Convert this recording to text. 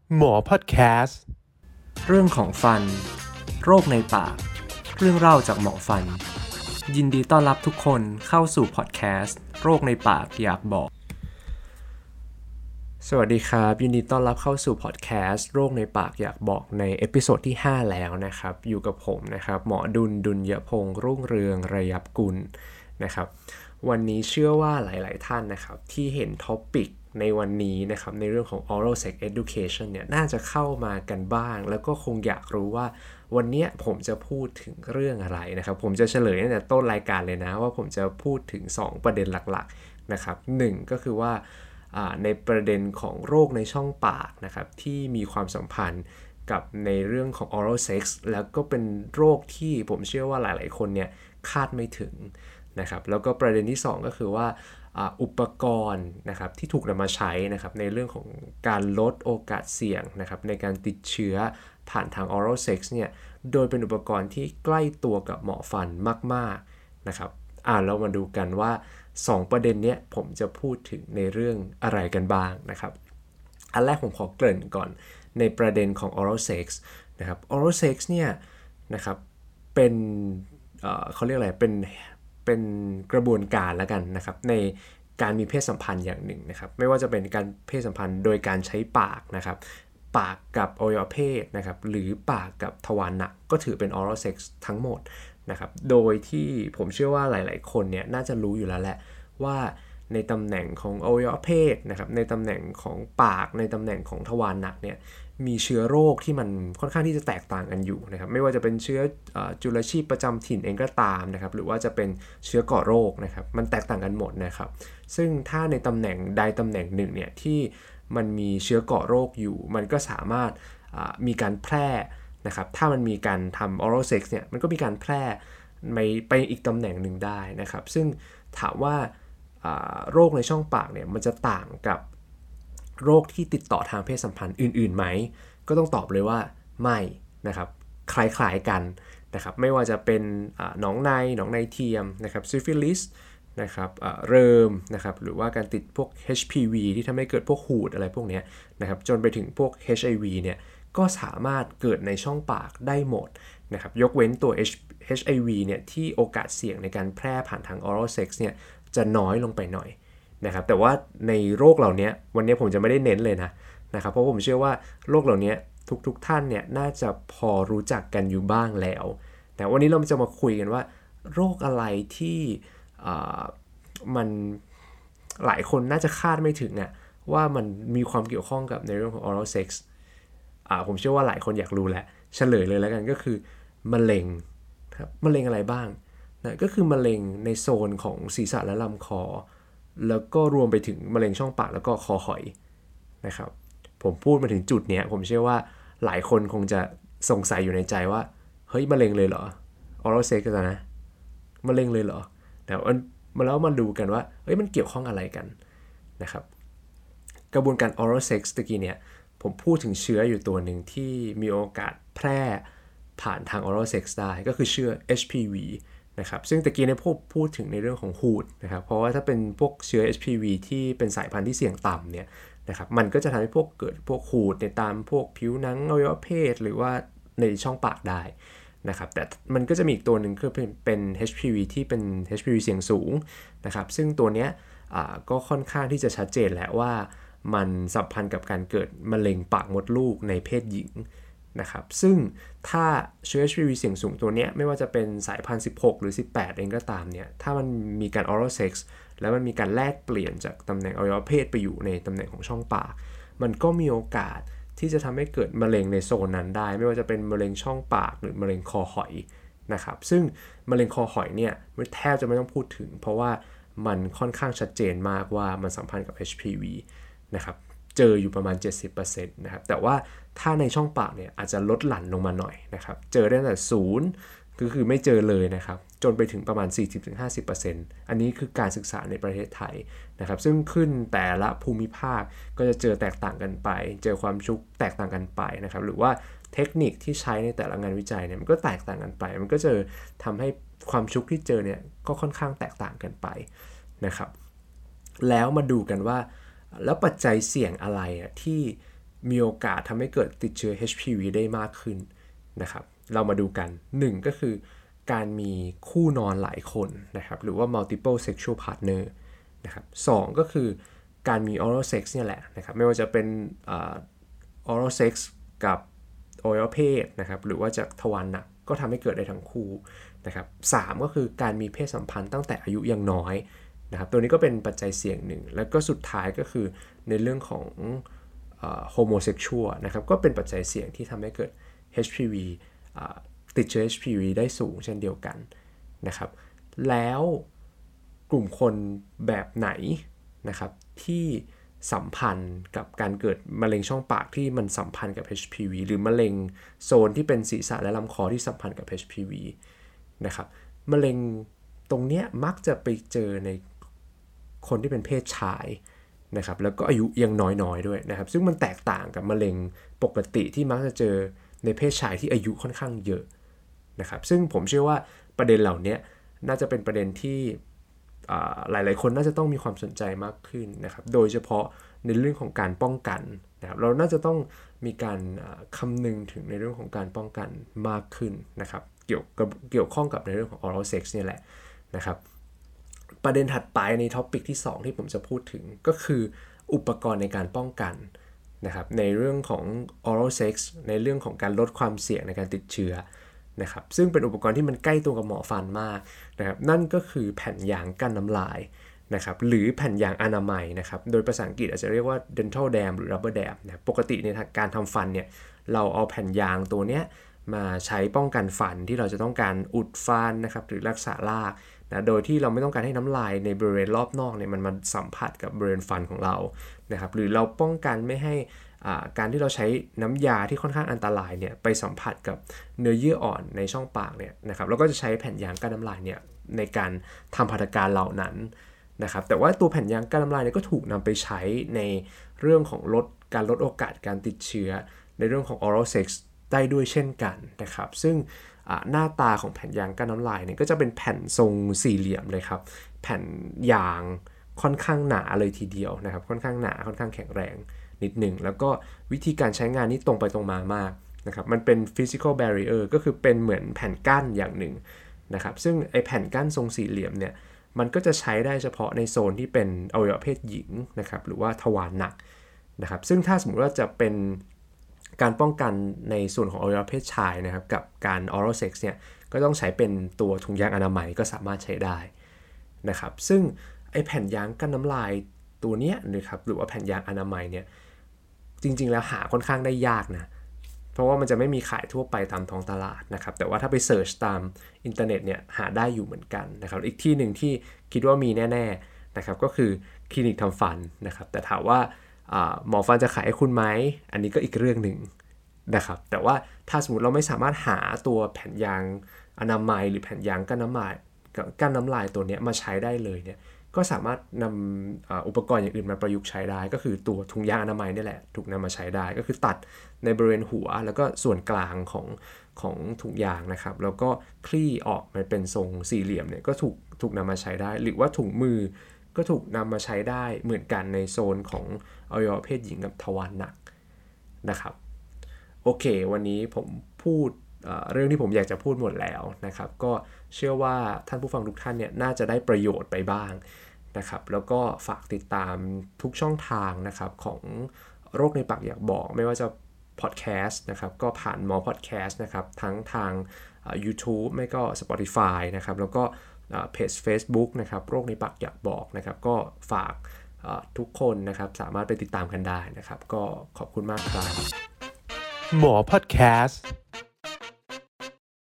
หมอพอดแคสต์เรื่องของฟันโรคในปากเรื่องเล่าจากหมอฟันยินดีต้อนรับทุกคนเข้าสู่พอดแคสต์โรคในปากอยากบอกสวัสดีครับยินดีต้อนรับเข้าสู่พอดแคสต์โรคในปากอยากบอกในเอพิโซดที่5แล้วนะครับอยู่กับผมนะครับหมอดุลยพงษ์รุ่งเรืองระยับกุลนะครับวันนี้เชื่อว่าหลายๆท่านนะครับที่เห็นท็อปิกในวันนี้นะครับในเรื่องของ oral sex education เนี่ยน่าจะเข้ามากันบ้างแล้วก็คงอยากรู้ว่าวันนี้ผมจะพูดถึงเรื่องอะไรนะครับผมจะเฉลยตั้งแต่ต้นรายการเลยนะว่าผมจะพูดถึง2ประเด็นหลักๆนะครับ1ก็คือว่าในประเด็นของโรคในช่องปากนะครับที่มีความสัมพันธ์กับในเรื่องของ oral sex แล้วก็เป็นโรคที่ผมเชื่อว่าหลายๆคนเนี่ยคาดไม่ถึงนะครับแล้วก็ประเด็นที่2ก็คือว่าอุปกรณ์นะครับที่ถูกนำมาใช้นะครับในเรื่องของการลดโอกาสเสี่ยงนะครับในการติดเชื้อผ่านทาง oral sex เนี่ยโดยเป็นอุปกรณ์ที่ใกล้ตัวกับหมอฟันมากๆนะครับเรามาดูกันว่า2ประเด็นเนี้ยผมจะพูดถึงในเรื่องอะไรกันบ้างนะครับอันแรกผมขอเกริ่นก่อนในประเด็นของ oral sex นะครับ oral sex เนี่ยนะครับเป็นเขาเรียกอะไรเป็นกระบวนการแล้วกันนะครับในการมีเพศสัมพันธ์อย่างหนึ่งนะครับไม่ว่าจะเป็นการเพศสัมพันธ์โดยการใช้ปากนะครับปากกับอวัยวะเพศนะครับหรือปากกับทวารหนักก็ถือเป็น oral sex ทั้งหมดนะครับโดยที่ผมเชื่อว่าหลายๆคนเนี่ยน่าจะรู้อยู่แล้วแหละว่าในตำแหน่งของอวัยวะเพศนะครับในตำแหน่งของปากในตำแหน่งของทวารหนักเนี่ยมีเชื้อโรคที่มันค่อนข้างที่จะแตกต่างกันอยู่นะครับไม่ว่าจะเป็นเชื้อจุลชีพประจำถิ่นเองก็ตามนะครับหรือว่าจะเป็นเชื้อก่อโรคนะครับมันแตกต่างกันหมดนะครับซึ่งถ้าในตำแหน่งใดตำแหน่งหนึ่งเนี่ยที่มันมีเชื้อก่อโรคอยู่มันก็สามารถมีการแพร่นะครับถ้ามันมีการทำ oral sex เนี่ยมันก็มีการแพร่ไปอีกตำแหน่งหนึ่งได้นะครับซึ่งถามว่าโรคในช่องปากเนี่ยมันจะต่างกับโรคที่ติดต่อทางเพศสัมพันธ์อื่นๆไหมก็ต้องตอบเลยว่าไม่นะครับคล้ายๆกันนะครับไม่ว่าจะเป็นหนองในเทียมนะครับซิฟิลิสนะครับเริมนะครับหรือว่าการติดพวก HPV ที่ทำให้เกิดพวกหูดอะไรพวกนี้นะครับจนไปถึงพวก HIV เนี่ยก็สามารถเกิดในช่องปากได้หมดนะครับยกเว้นตัว HIV เนี่ยที่โอกาสเสี่ยงในการแพร่ผ่านทาง oral sex เนี่ยจะน้อยลงไปหน่อยนะครับแต่ว่าในโรคเหล่านี้วันนี้ผมจะไม่ได้เน้นเลยนะครับเพราะผมเชื่อว่าโรคเหล่านี้ทุกท่านเนี่ยน่าจะพอรู้จักกันอยู่บ้างแล้วแต่วันนี้เราจะมาคุยกันว่าโรคอะไรที่มันหลายคนน่าจะคาดไม่ถึงว่ามันมีความเกี่ยวข้องกับในเรื่องของ oral sex ผมเชื่อว่าหลายคนอยากรู้แหละเฉลยเลยแล้วกันก็คือมะเร็งครับมะเร็งอะไรบ้างนะก็คือมะเร็งในโซนของศีรษะและลำคอแล้วก็รวมไปถึงมะเร็งช่องปากแล้วก็คอหอยนะครับผมพูดมาถึงจุดนี้ผมเชื่อว่าหลายคนคงจะสงสัยอยู่ในใจว่าเฮ้ยมะเร็งเลยเหรอ oral sex กันนะมะเร็งเลยเหรอแล้วมาดูกันว่าเฮ้ยมันเกี่ยวข้องอะไรกันนะครับกระบวนการ oral sex ตะกี้เนี่ยผมพูดถึงเชื้ออยู่ตัวหนึ่งที่มีโอกาสแพร่ผ่านทาง oral sex ได้ก็คือเชื้อ HPV นะครับซึ่งตะกี้เนี่ยพูดถึงในเรื่องของหูดนะครับเพราะว่าถ้าเป็นพวกเชื้อ HPV ที่เป็นสายพันธุ์ที่เสี่ยงต่ำเนี่ยนะครับมันก็จะทำให้เกิดพวกหูดในตามพวกผิวหนังอวัยวะเพศหรือว่าในช่องปากได้นะครับแต่มันก็จะมีอีกตัวหนึ่งคือเป็น HPV ที่เป็น HPV เสี่ยงสูงนะครับซึ่งตัวเนี้ยก็ค่อนข้างที่จะชัดเจนแหละว่ามันสัมพันธ์กับการเกิดมะเร็งปากมดลูกในเพศหญิงนะครับซึ่งถ้าเชื้อ HPV เสี่ยงสูงตัวนี้ไม่ว่าจะเป็นสายพันธุ์16หรือ18เองก็ตามเนี่ยถ้ามันมีการ oral sex แล้วมันมีการแลกเปลี่ยนจากตำแหน่งอวัยวะเพศไปอยู่ในตำแหน่งของช่องปากมันก็มีโอกาสที่จะทำให้เกิดมะเร็งในโซนนั้นได้ไม่ว่าจะเป็นมะเร็งช่องปากหรือมะเร็งคอหอยนะครับซึ่งมะเร็งคอหอยเนี่ยแทบจะไม่ต้องพูดถึงเพราะว่ามันค่อนข้างชัดเจนมากว่ามันสัมพันธ์กับ HPV นะครับเจออยู่ประมาณ 70% นะครับแต่ว่าถ้าในช่องปากเนี่ยอาจจะลดหลั่นลงมาหน่อยนะครับเจอได้ตั้งแต่0ก็คือไม่เจอเลยนะครับจนไปถึงประมาณ 40-50% อันนี้คือการศึกษาในประเทศไทยนะครับซึ่งขึ้นแต่ละภูมิภาคก็จะเจอแตกต่างกันไปเจอความชุกแตกต่างกันไปนะครับหรือว่าเทคนิคที่ใช้ในแต่ละงานวิจัยเนี่ยมันก็แตกต่างกันไปมันก็จะทำให้ความชุกที่เจอเนี่ยก็ค่อนข้างแตกต่างกันไปนะครับแล้วมาดูกันว่าแล้วปัจจัยเสี่ยงอะไรที่มีโอกาสทำให้เกิดติดเชื้อ HPV ได้มากขึ้นนะครับเรามาดูกัน1ก็คือการมีคู่นอนหลายคนนะครับหรือว่า multiple sexual partner นะครับ2ก็คือการมี oral sex เนี่ยแหละนะครับไม่ว่าจะเป็นoral sex กับอวัยวะเพศนะครับหรือว่าจากทวารหนักก็ทำให้เกิดได้ทั้งคู่นะครับ3ก็คือการมีเพศสัมพันธ์ตั้งแต่อายุยังน้อยนะครับตัวนี้ก็เป็นปัจจัยเสี่ยงหนึ่งแล้วก็สุดท้ายก็คือในเรื่องของโฮโมเซ็กชวลนะครับก็เป็นปัจจัยเสี่ยงที่ทำให้เกิด HPV ติดเชื้อ HPV ได้สูงเช่นเดียวกันนะครับแล้วกลุ่มคนแบบไหนนะครับที่สัมพันธ์กับการเกิดมะเร็งช่องปากที่มันสัมพันธ์กับ HPV หรือมะเร็งโซนที่เป็นศีรษะและลำคอที่สัมพันธ์กับ HPV นะครับมะเร็งตรงเนี้ยมักจะไปเจอในคนที่เป็นเพศชายนะครับแล้วก็อายุยังน้อยๆด้วยนะครับซึ่งมันแตกต่างกับมะเร็งปกติที่มักจะเจอในเพศชายที่อายุค่อนข้างเยอะนะครับซึ่งผมเชื่อว่าประเด็นเหล่านี้น่าจะเป็นประเด็นที่หลายๆคนน่าจะต้องมีความสนใจมากขึ้นนะครับโดยเฉพาะในเรื่องของการป้องกันนะครับเราน่าจะต้องมีการคำนึงถึงในเรื่องของการป้องกันมากขึ้นนะครับเกี่ยวข้องกับในเรื่องของ oral sex เนี่ยแหละนะครับประเด็นถัดไปในท็อปิกที่2ที่ผมจะพูดถึงก็คืออุปกรณ์ในการป้องกันนะครับในเรื่องของ oral sex ในเรื่องของการลดความเสี่ยงในการติดเชื้อนะครับซึ่งเป็นอุปกรณ์ที่มันใกล้ตัวกับหมอฟันมากนะครับนั่นก็คือแผ่นยางกั้นน้ำลายนะครับหรือแผ่นยางอนามัยนะครับโดยภาษาอังกฤษอาจจะเรียกว่า dental dam หรือ rubber dam นะปกติในการทำฟันเนี่ยเราเอาแผ่นยางตัวเนี้ยมาใช้ป้องกันฟันที่เราจะต้องการอุดฟันนะครับหรือรักษารากนะโดยที่เราไม่ต้องการให้น้ำลายในบริเวณรอบนอกเนี่ยมันมาสัมผัสกับบริเวณฟันของเรานะครับหรือเราป้องกันไม่ให้การที่เราใช้น้ำยาที่ค่อนข้างอันตรายเนี่ยไปสัมผัสกับเนื้อเยื่ออ่อนในช่องปากเนี่ยนะครับแล้วก็จะใช้แผ่นยางกั้นน้ำลายเนี่ยในการทำหัตถการเหล่านั้นนะครับแต่ว่าตัวแผ่นยางกั้นน้ำลายเนี่ยก็ถูกนำไปใช้ในเรื่องของการลดโอกาสการติดเชื้อในเรื่องของ oral sex ได้ด้วยเช่นกันนะครับซึ่งหน้าตาของแผ่นยางกั้นน้ำลายเนี่ยก็จะเป็นแผ่นทรงสี่เหลี่ยมเลยครับแผ่นยางค่อนข้างหนาเลยทีเดียวนะครับค่อนข้างหนาค่อนข้างแข็งแรงนิดหนึ่งแล้วก็วิธีการใช้งานนี้ตรงไปตรงมามากนะครับมันเป็น physical barrier ก็คือเป็นเหมือนแผ่นกั้นอย่างหนึ่งนะครับซึ่งไอแผ่นกั้นทรงสี่เหลี่ยมเนี่ยมันก็จะใช้ได้เฉพาะในโซนที่เป็นอวัยวะเพศหญิงนะครับหรือว่าทวารหนักนะครับซึ่งถ้าสมมติว่าจะเป็นการป้องกันในส่วนของอวัยวะเพศชายนะครับกับการ oral sex เนี่ยก็ต้องใช้เป็นตัวถุงยางอนามัยก็สามารถใช้ได้นะครับซึ่งไอแผ่นยางกั้นน้ำลายตัวเนี้ยนะครับหรือว่าแผ่นยางอนามัยเนี่ยจริงๆแล้วหาค่อนข้างได้ยากนะเพราะว่ามันจะไม่มีขายทั่วไปตามท้องตลาดนะครับแต่ว่าถ้าไปเสิร์ชตามอินเทอร์เน็ตเนี่ยหาได้อยู่เหมือนกันนะครับอีกที่หนึ่งที่คิดว่ามีแน่ๆนะครับก็คือคลินิกทำฟันนะครับแต่ถามว่าหมอฟันจะขายให้คุณไหมอันนี้ก็อีกเรื่องหนึ่งนะครับแต่ว่าถ้าสมมติเราไม่สามารถหาตัวแผ่นยางอนามัยหรือแผ่นยางกั้นน้ำลายตัวนี้มาใช้ได้เลยเนี่ยก็สามารถนำอุปกรณ์อย่างอื่นมาประยุกต์ใช้ได้ก็คือตัวถุงยางอนามัยนี่แหละถูกนำมาใช้ได้ก็คือตัดในบริเวณหัวแล้วก็ส่วนกลางของถุงยางนะครับแล้วก็คลี่ออกมาเป็นทรงสี่เหลี่ยมเนี่ยก็ถูกนำมาใช้ได้หรือว่าถุงมือก็ถูกนำมาใช้ได้เหมือนกันในโซนของอวัยวะเพศหญิงกับทวารหนักนะครับโอเควันนี้ผมพูดเรื่องที่ผมอยากจะพูดหมดแล้วนะครับก็เชื่อว่าท่านผู้ฟังทุกท่านเนี่ยน่าจะได้ประโยชน์ไปบ้างนะครับแล้วก็ฝากติดตามทุกช่องทางนะครับของโรคในปากอยากบอกไม่ว่าจะพอดแคสต์นะครับก็ผ่านหมอพอดแคสต์นะครับทั้งทางYouTube ไม่ก็ Spotify นะครับแล้วก็เพจ Facebook นะครับโรคในปากอยากบอกนะครับก็ฝากทุกคนนะครับสามารถไปติดตามกันได้นะครับก็ขอบคุณมากครับหมอพอดแคสต์